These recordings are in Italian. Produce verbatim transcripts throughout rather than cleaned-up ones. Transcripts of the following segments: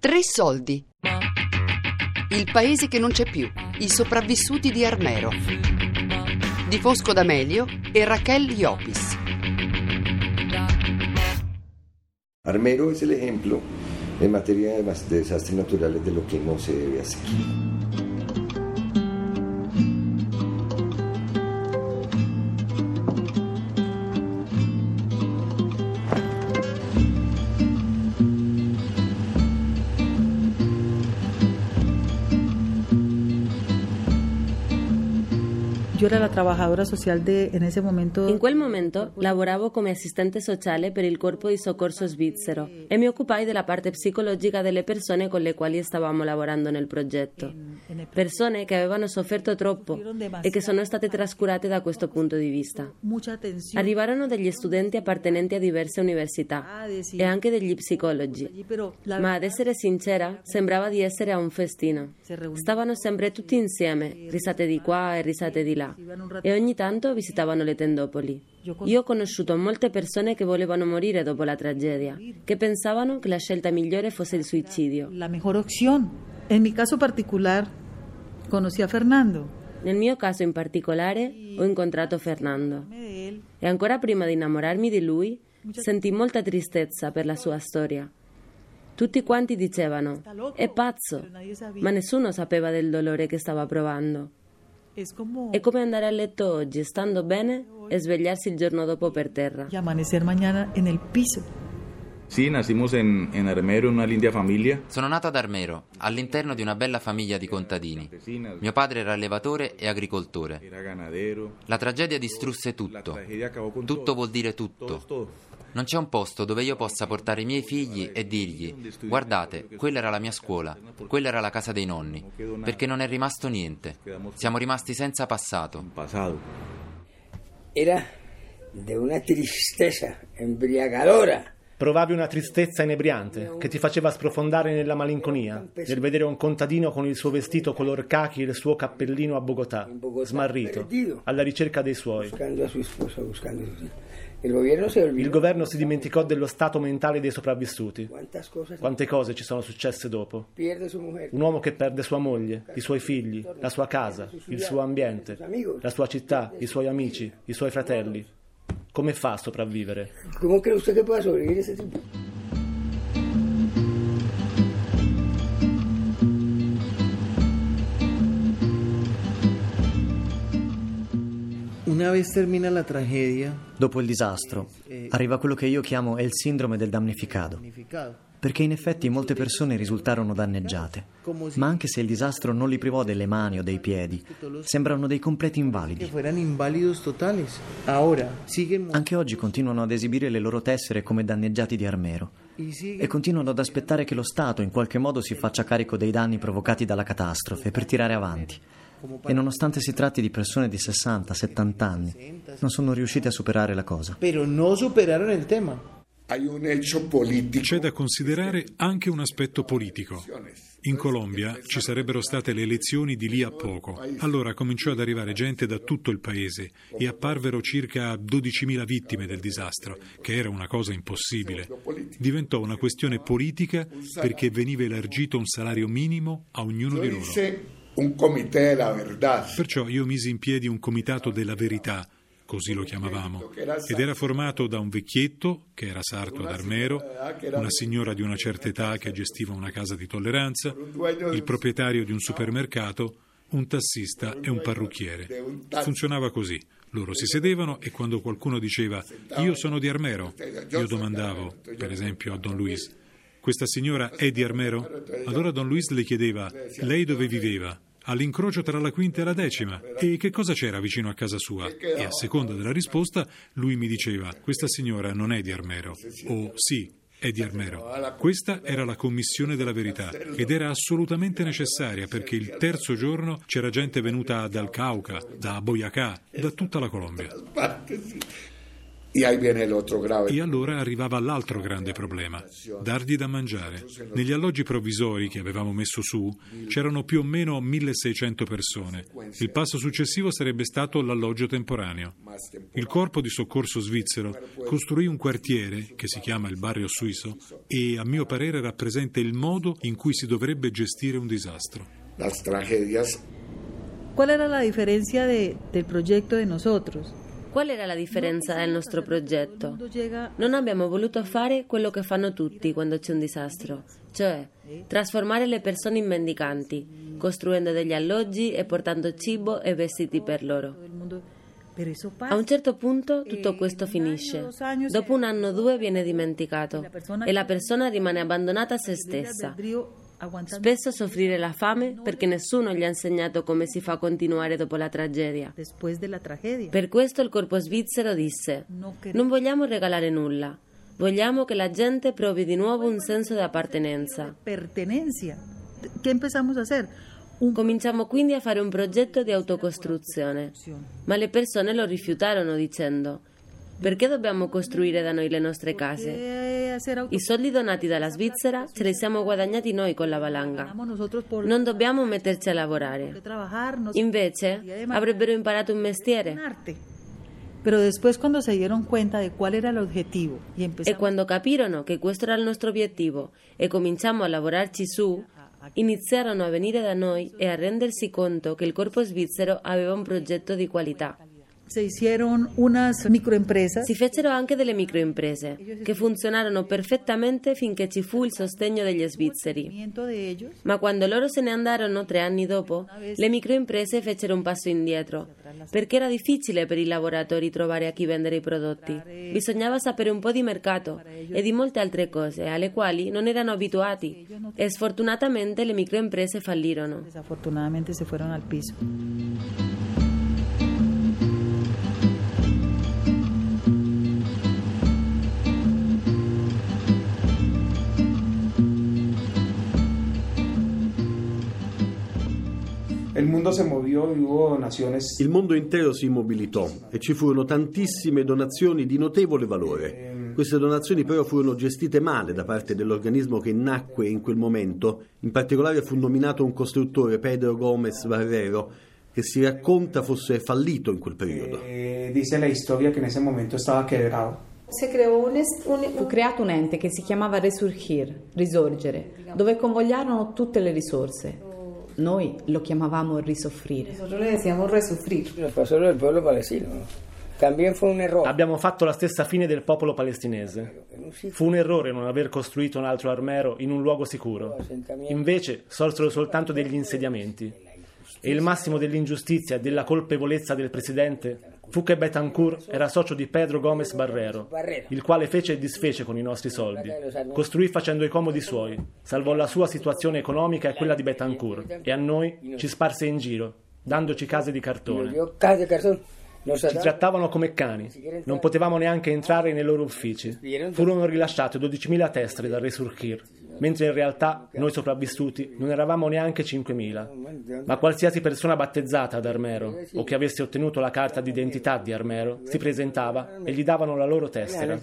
Tre soldi. Il paese che non c'è più. I sopravvissuti di Armero. Di Fosco D'Amelio e Raquel Llopis. Armero es el ejemplo en materia de desastres naturales de lo que no se debe hacer. Io ero la trabajadora social de, en ese momento. In quel momento lavoravo come assistente sociale per il corpo di soccorso svizzero e mi occupai della parte psicologica delle persone con le quali stavamo lavorando nel progetto. Persone che avevano sofferto troppo e che sono state trascurate da questo punto di vista. Arrivarono degli studenti appartenenti a diverse università e anche degli psicologi, ma ad essere sincera sembrava di essere a un festino. Stavano sempre tutti insieme, risate di qua e risate di là. E ogni tanto visitavano le tendopoli. Io ho conosciuto molte persone che volevano morire dopo la tragedia, che pensavano che la scelta migliore fosse il suicidio. La mejor opción. En mi caso particular, conocí a Fernando. Nel mio caso in particolare ho incontrato Fernando. E ancora prima di innamorarmi di lui, sentii molta tristezza per la sua storia. Tutti quanti dicevano, è pazzo, ma nessuno sapeva del dolore che stava provando. È come andare a letto oggi stando bene e svegliarsi il giorno dopo per terra. Y amanecer mañana en el piso. Sì, nacimos en, en Armero, in una linda famiglia. Sono nato ad Armero, all'interno di una bella famiglia di contadini. Mio padre era allevatore e agricoltore. La tragedia distrusse tutto. Tutto vuol dire tutto. Non c'è un posto dove io possa portare i miei figli e dirgli: guardate, quella era la mia scuola, quella era la casa dei nonni, perché non è rimasto niente. Siamo rimasti senza passato. Era di una tristezza embriagadora. Provavi una tristezza inebriante che ti faceva sprofondare nella malinconia, nel vedere un contadino con il suo vestito color cachi e il suo cappellino a Bogotà, smarrito, alla ricerca dei suoi. Il governo si dimenticò dello stato mentale dei sopravvissuti. Quante cose ci sono successe dopo. Un uomo che perde sua moglie, i suoi figli, la sua casa, il suo ambiente, la sua città, i suoi amici, i suoi fratelli. Come fa a sopravvivere? Come cree usted che pueda sopravvivere ese tipo? Una vez termina la tragedia. Dopo il disastro arriva quello che io chiamo il sindrome del damnificato, perché in effetti molte persone risultarono danneggiate, ma anche se il disastro non li privò delle mani o dei piedi, sembrano dei completi invalidi. Anche oggi continuano ad esibire le loro tessere come danneggiati di Armero e continuano ad aspettare che lo Stato in qualche modo si faccia carico dei danni provocati dalla catastrofe per tirare avanti. E nonostante si tratti di persone di sessanta settanta anni, non sono riusciti a superare la cosa. Però non superarono il tema. C'è da considerare anche un aspetto politico. In Colombia ci sarebbero state le elezioni di lì a poco. Allora cominciò ad arrivare gente da tutto il paese e apparvero circa dodicimila vittime del disastro, che era una cosa impossibile. Diventò una questione politica perché veniva elargito un salario minimo a ognuno di loro. Un comité della verità. Perciò io misi in piedi un comitato della verità, così lo chiamavamo, ed era formato da un vecchietto che era sarto ad Armero, una signora di una certa età che gestiva una casa di tolleranza, il proprietario di un supermercato, un tassista e un parrucchiere. Funzionava così. Loro si sedevano e quando qualcuno diceva «Io sono di Armero», io domandavo, per esempio a Don Luis, «Questa signora è di Armero?» Allora Don Luis le chiedeva «Lei dove viveva?» All'incrocio tra la quinta e la decima. E che cosa c'era vicino a casa sua? E a seconda della risposta lui mi diceva questa signora non è di Armero o sì, è di Armero. Questa era la commissione della verità ed era assolutamente necessaria perché il terzo giorno c'era gente venuta dal Cauca, da Boyacá, da tutta la Colombia. E allora arrivava l'altro grande problema, dargli da mangiare. Negli alloggi provvisori che avevamo messo su c'erano più o meno milleseicento persone. Il passo successivo sarebbe stato l'alloggio temporaneo. Il corpo di soccorso svizzero costruì un quartiere che si chiama il Barrio Suizo e, a mio parere, rappresenta il modo in cui si dovrebbe gestire un disastro. Las tragedias. ¿Cuál era la diferencia de, del proyecto de nosotros? Qual era la differenza del nostro progetto? Non abbiamo voluto fare quello che fanno tutti quando c'è un disastro, cioè trasformare le persone in mendicanti, costruendo degli alloggi e portando cibo e vestiti per loro. A un certo punto tutto questo finisce. Dopo un anno o due viene dimenticato e la persona rimane abbandonata a se stessa. Spesso soffrire la fame perché nessuno gli ha insegnato come si fa a continuare dopo la tragedia. Per questo il corpo svizzero disse: non vogliamo regalare nulla, vogliamo che la gente provi di nuovo un senso di appartenenza. Pertenencia. Che empezamos a hacer? Cominciamo quindi a fare un progetto di autocostruzione, ma le persone lo rifiutarono dicendo: perché dobbiamo costruire da noi le nostre case? I soldi donati dalla Svizzera ce li siamo guadagnati noi con la valanga. Non dobbiamo metterci a lavorare. Invece avrebbero imparato un mestiere. Pero después cuando se dieron cuenta de cuál era el objetivo y empezamos... E quando capirono che questo era il nostro obiettivo e cominciamo a lavorarci su, iniziarono a venire da noi e a rendersi conto che il corpo svizzero aveva un progetto di qualità. Se hicieron unas microempresas. Si fecero anche delle microimprese che funzionarono perfettamente finché ci fu il sostegno degli svizzeri. Ma quando loro se ne andarono tre anni dopo, le microimprese fecero un passo indietro, perché era difficile per i lavoratori trovare a chi vendere i prodotti. Bisognava sapere un po' di mercato e di molte altre cose alle quali non erano abituati e sfortunatamente le microimprese fallirono. Desafortunadamente se fueron al piso. Il mondo si movió y hubo donaciones. Il mondo intero si mobilitò e ci furono tantissime donazioni di notevole valore. Queste donazioni però furono gestite male da parte dell'organismo che nacque in quel momento. In particolare fu nominato un costruttore, Pedro Gómez Barrero, che si racconta fosse fallito in quel periodo. Eh, dice la storia che in ese momento stava quebrado. Si creò un est- un, fu creato un ente che si chiamava Resurgir, risorgere, dove convogliarono tutte le risorse. Noi lo chiamavamo risoffrire. Nosotros le decíamos resufrir. Nos pasó lo del pueblo palestino. También fue un errore. Abbiamo fatto la stessa fine del popolo palestinese. Fu un errore non aver costruito un altro armero in un luogo sicuro. Invece sorsero soltanto degli insediamenti. E il massimo dell'ingiustizia e della colpevolezza del presidente fu che Betancourt era socio di Pedro Gómez Barrero, il quale fece e disfece con i nostri soldi. Costruì facendo i comodi suoi, salvò la sua situazione economica e quella di Betancourt, e a noi ci sparse in giro, dandoci case di cartone. Ci trattavano come cani, non potevamo neanche entrare nei loro uffici. Furono rilasciate dodicimila tessere dal Resurgir, mentre in realtà noi sopravvissuti non eravamo neanche cinquemila. Ma qualsiasi persona battezzata ad Armero o che avesse ottenuto la carta d'identità di Armero si presentava e gli davano la loro tessera.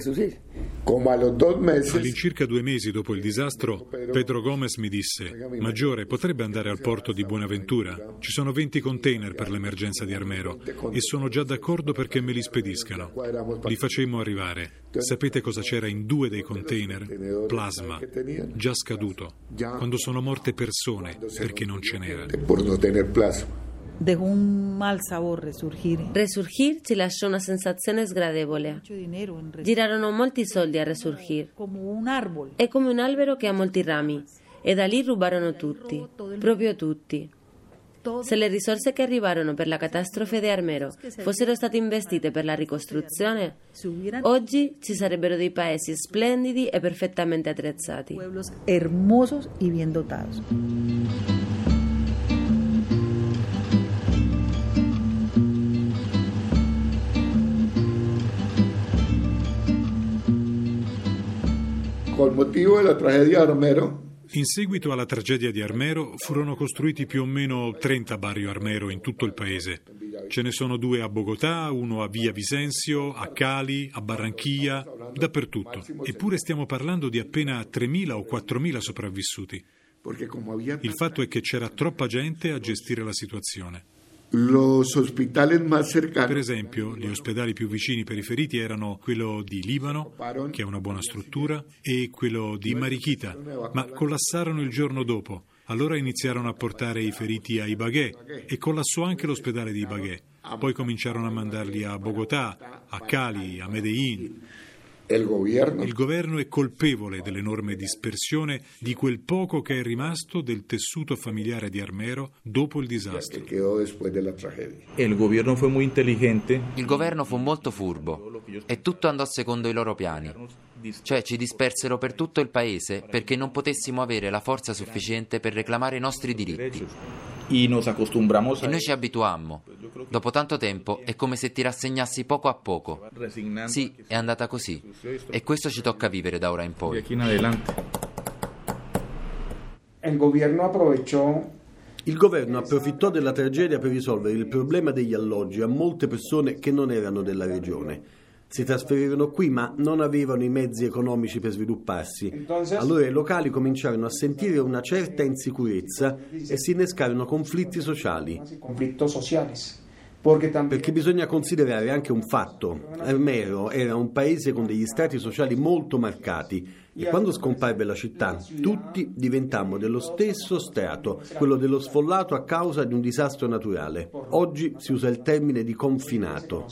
All'incirca due mesi dopo il disastro, Pedro Gómez mi disse: Maggiore, potrebbe andare al porto di Buenaventura? Ci sono venti container per l'emergenza di Armero e sono già d'accordo perché me li spediscano. Li facemmo arrivare. Sapete cosa c'era in due dei container? Plasma, già scaduto, quando sono morte persone perché non ce n'era. Dejó un mal sabor Resurgir. Resurgir ci lasciò una sensazione sgradevole. Girarono molti soldi a Resurgir. È come un albero che ha molti rami e da lì rubarono tutti, proprio tutti. Se le risorse che arrivarono per la catastrofe di Armero fossero state investite per la ricostruzione, oggi ci sarebbero dei paesi splendidi e perfettamente attrezzati. Pueblos hermosos y bien dotados. Col motivo della tragedia di Armero. In seguito alla tragedia di Armero furono costruiti più o meno trenta Barrio Armero in tutto il paese. Ce ne sono due a Bogotà, uno a Via Vicencio, a Cali, a Barranquilla, dappertutto. Eppure stiamo parlando di appena tremila o quattromila sopravvissuti. Il fatto è che c'era troppa gente a gestire la situazione. Los hospitales más cercanos. Per esempio, gli ospedali più vicini per i feriti erano quello di Libano, che ha una buona struttura, e quello di Marichita, ma collassarono il giorno dopo. Allora iniziarono a portare i feriti a Ibagué e collassò anche l'ospedale di Ibagué. Poi cominciarono a mandarli a Bogotà, a Cali, a Medellín. Il governo. Il governo è colpevole dell'enorme dispersione di quel poco che è rimasto del tessuto familiare di Armero dopo il disastro. Il governo fu molto intelligente. Il governo fu molto furbo e tutto andò secondo i loro piani. Cioè ci dispersero per tutto il paese perché non potessimo avere la forza sufficiente per reclamare i nostri diritti. E noi ci abituammo. Dopo tanto tempo è come se ti rassegnassi poco a poco. Sì, è andata così. E questo ci tocca vivere da ora in poi. Il governo aprovechò Il governo approfittò della tragedia per risolvere il problema degli alloggi a molte persone che non erano della regione. Si trasferirono qui ma non avevano i mezzi economici per svilupparsi. Allora i locali cominciarono a sentire una certa insicurezza e si innescarono conflitti sociali. Perché bisogna considerare anche un fatto. Armero era un paese con degli strati sociali molto marcati e quando scomparve la città tutti diventammo dello stesso strato, quello dello sfollato a causa di un disastro naturale. Oggi si usa il termine di confinato.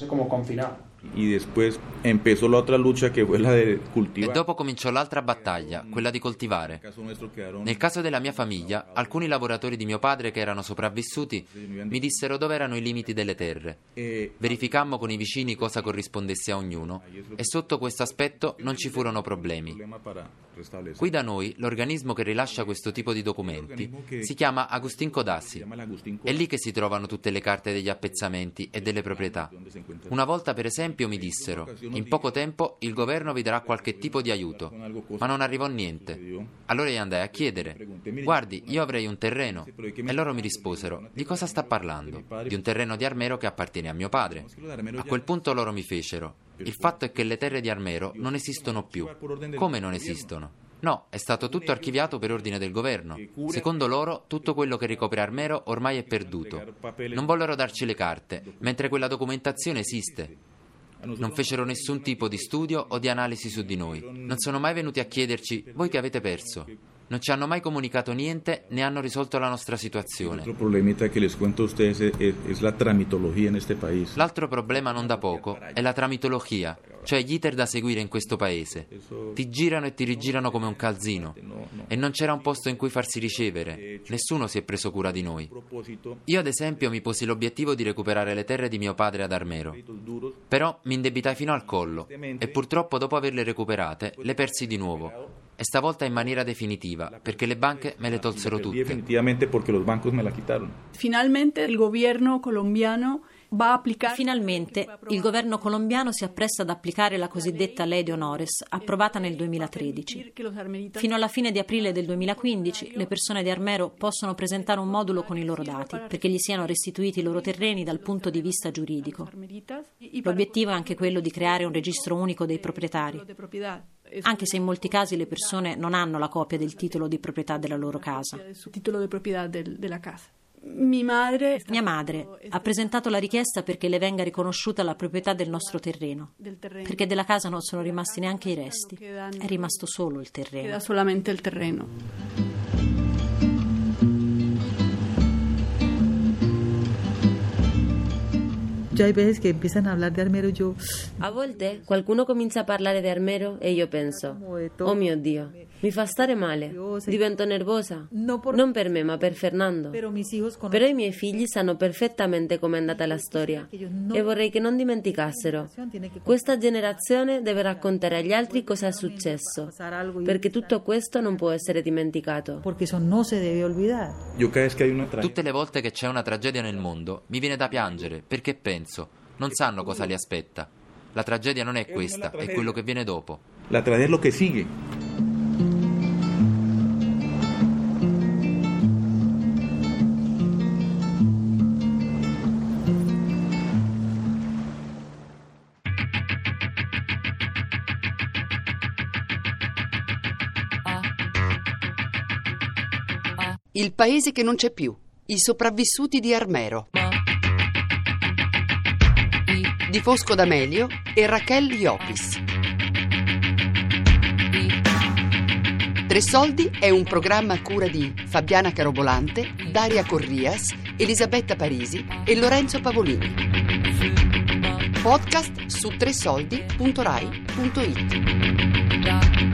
Y después empezó la otra lucha que fue la de cultivar. E dopo cominciò l'altra battaglia, quella di coltivare. Nel caso della mia famiglia, alcuni lavoratori di mio padre che erano sopravvissuti mi dissero dove erano i limiti delle terre. Verificammo con i vicini cosa corrispondesse a ognuno e sotto questo aspetto non ci furono problemi. Qui da noi l'organismo che rilascia questo tipo di documenti si chiama Agustín Codazzi. È lì che si trovano tutte le carte degli appezzamenti e delle proprietà. Una volta per esempio mi dissero: in poco tempo il governo vi darà qualche tipo di aiuto, ma non arrivò niente. Allora io andai a chiedere: guardi, io avrei un terreno. E loro mi risposero: di cosa sta parlando? Di un terreno di Armero che appartiene a mio padre. A quel punto loro mi fecero: il fatto è che le terre di Armero non esistono più. Come non esistono? No, è stato tutto archiviato per ordine del governo. Secondo loro, tutto quello che ricopre Armero ormai è perduto. Non vollero darci le carte, mentre quella documentazione esiste. Non fecero nessun tipo di studio o di analisi su di noi. Non sono mai venuti a chiederci: voi che avete perso? Non ci hanno mai comunicato niente, né hanno risolto la nostra situazione. L'altro problema che les cuento a ustedes è, è la tramitologia in este país. L'altro problema non da poco è la tramitologia, cioè gli iter da seguire in questo paese. Ti girano e ti rigirano come un calzino e non c'era un posto in cui farsi ricevere. Nessuno si è preso cura di noi. Io ad esempio mi posi l'obiettivo di recuperare le terre di mio padre ad Armero, però mi indebitai fino al collo e purtroppo dopo averle recuperate le persi di nuovo. E stavolta in maniera definitiva, perché le banche me le tolsero tutte. Definitivamente perché los bancos me la quitaron. Finalmente il governo colombiano va a applicare... Finalmente il governo colombiano si appresta ad applicare la cosiddetta Ley de Honores, approvata nel duemilatredici. Fino alla fine di aprile del duemilaquindici le persone di Armero possono presentare un modulo con i loro dati, perché gli siano restituiti i loro terreni dal punto di vista giuridico. L'obiettivo è anche quello di creare un registro unico dei proprietari, anche se in molti casi le persone non hanno la copia del titolo di proprietà della loro casa. Titolo di proprietà del, della casa. Mia madre, Mia madre ha presentato la richiesta perché le venga riconosciuta la proprietà del nostro terreno, perché della casa non sono rimasti neanche i resti, è rimasto solo il terreno. Queda solamente il terreno. Hay veces que empiezan a hablar de Armero, yo... A volte qualcuno comincia a parlare di Armero e io penso: oh mio Dio, mi fa stare male, divento nervosa, non per me ma per Fernando. Però i miei figli sanno perfettamente com'è andata la storia e vorrei che non dimenticassero. Questa generazione deve raccontare agli altri cosa è successo, perché tutto questo non può essere dimenticato. Tutte le volte che c'è una tragedia nel mondo mi viene da piangere, perché penso: non sanno cosa li aspetta. La tragedia non è questa, è quello che viene dopo. La tragedia è lo che sigue. Il paese che non c'è più. I sopravvissuti di Armero. di Fosco D'Amelio e Raquel Llopis. Tre Soldi è un programma a cura di Fabiana Carobolante, Daria Corrias, Elisabetta Parisi e Lorenzo Pavolini. Podcast su tresoldi punto rai punto it.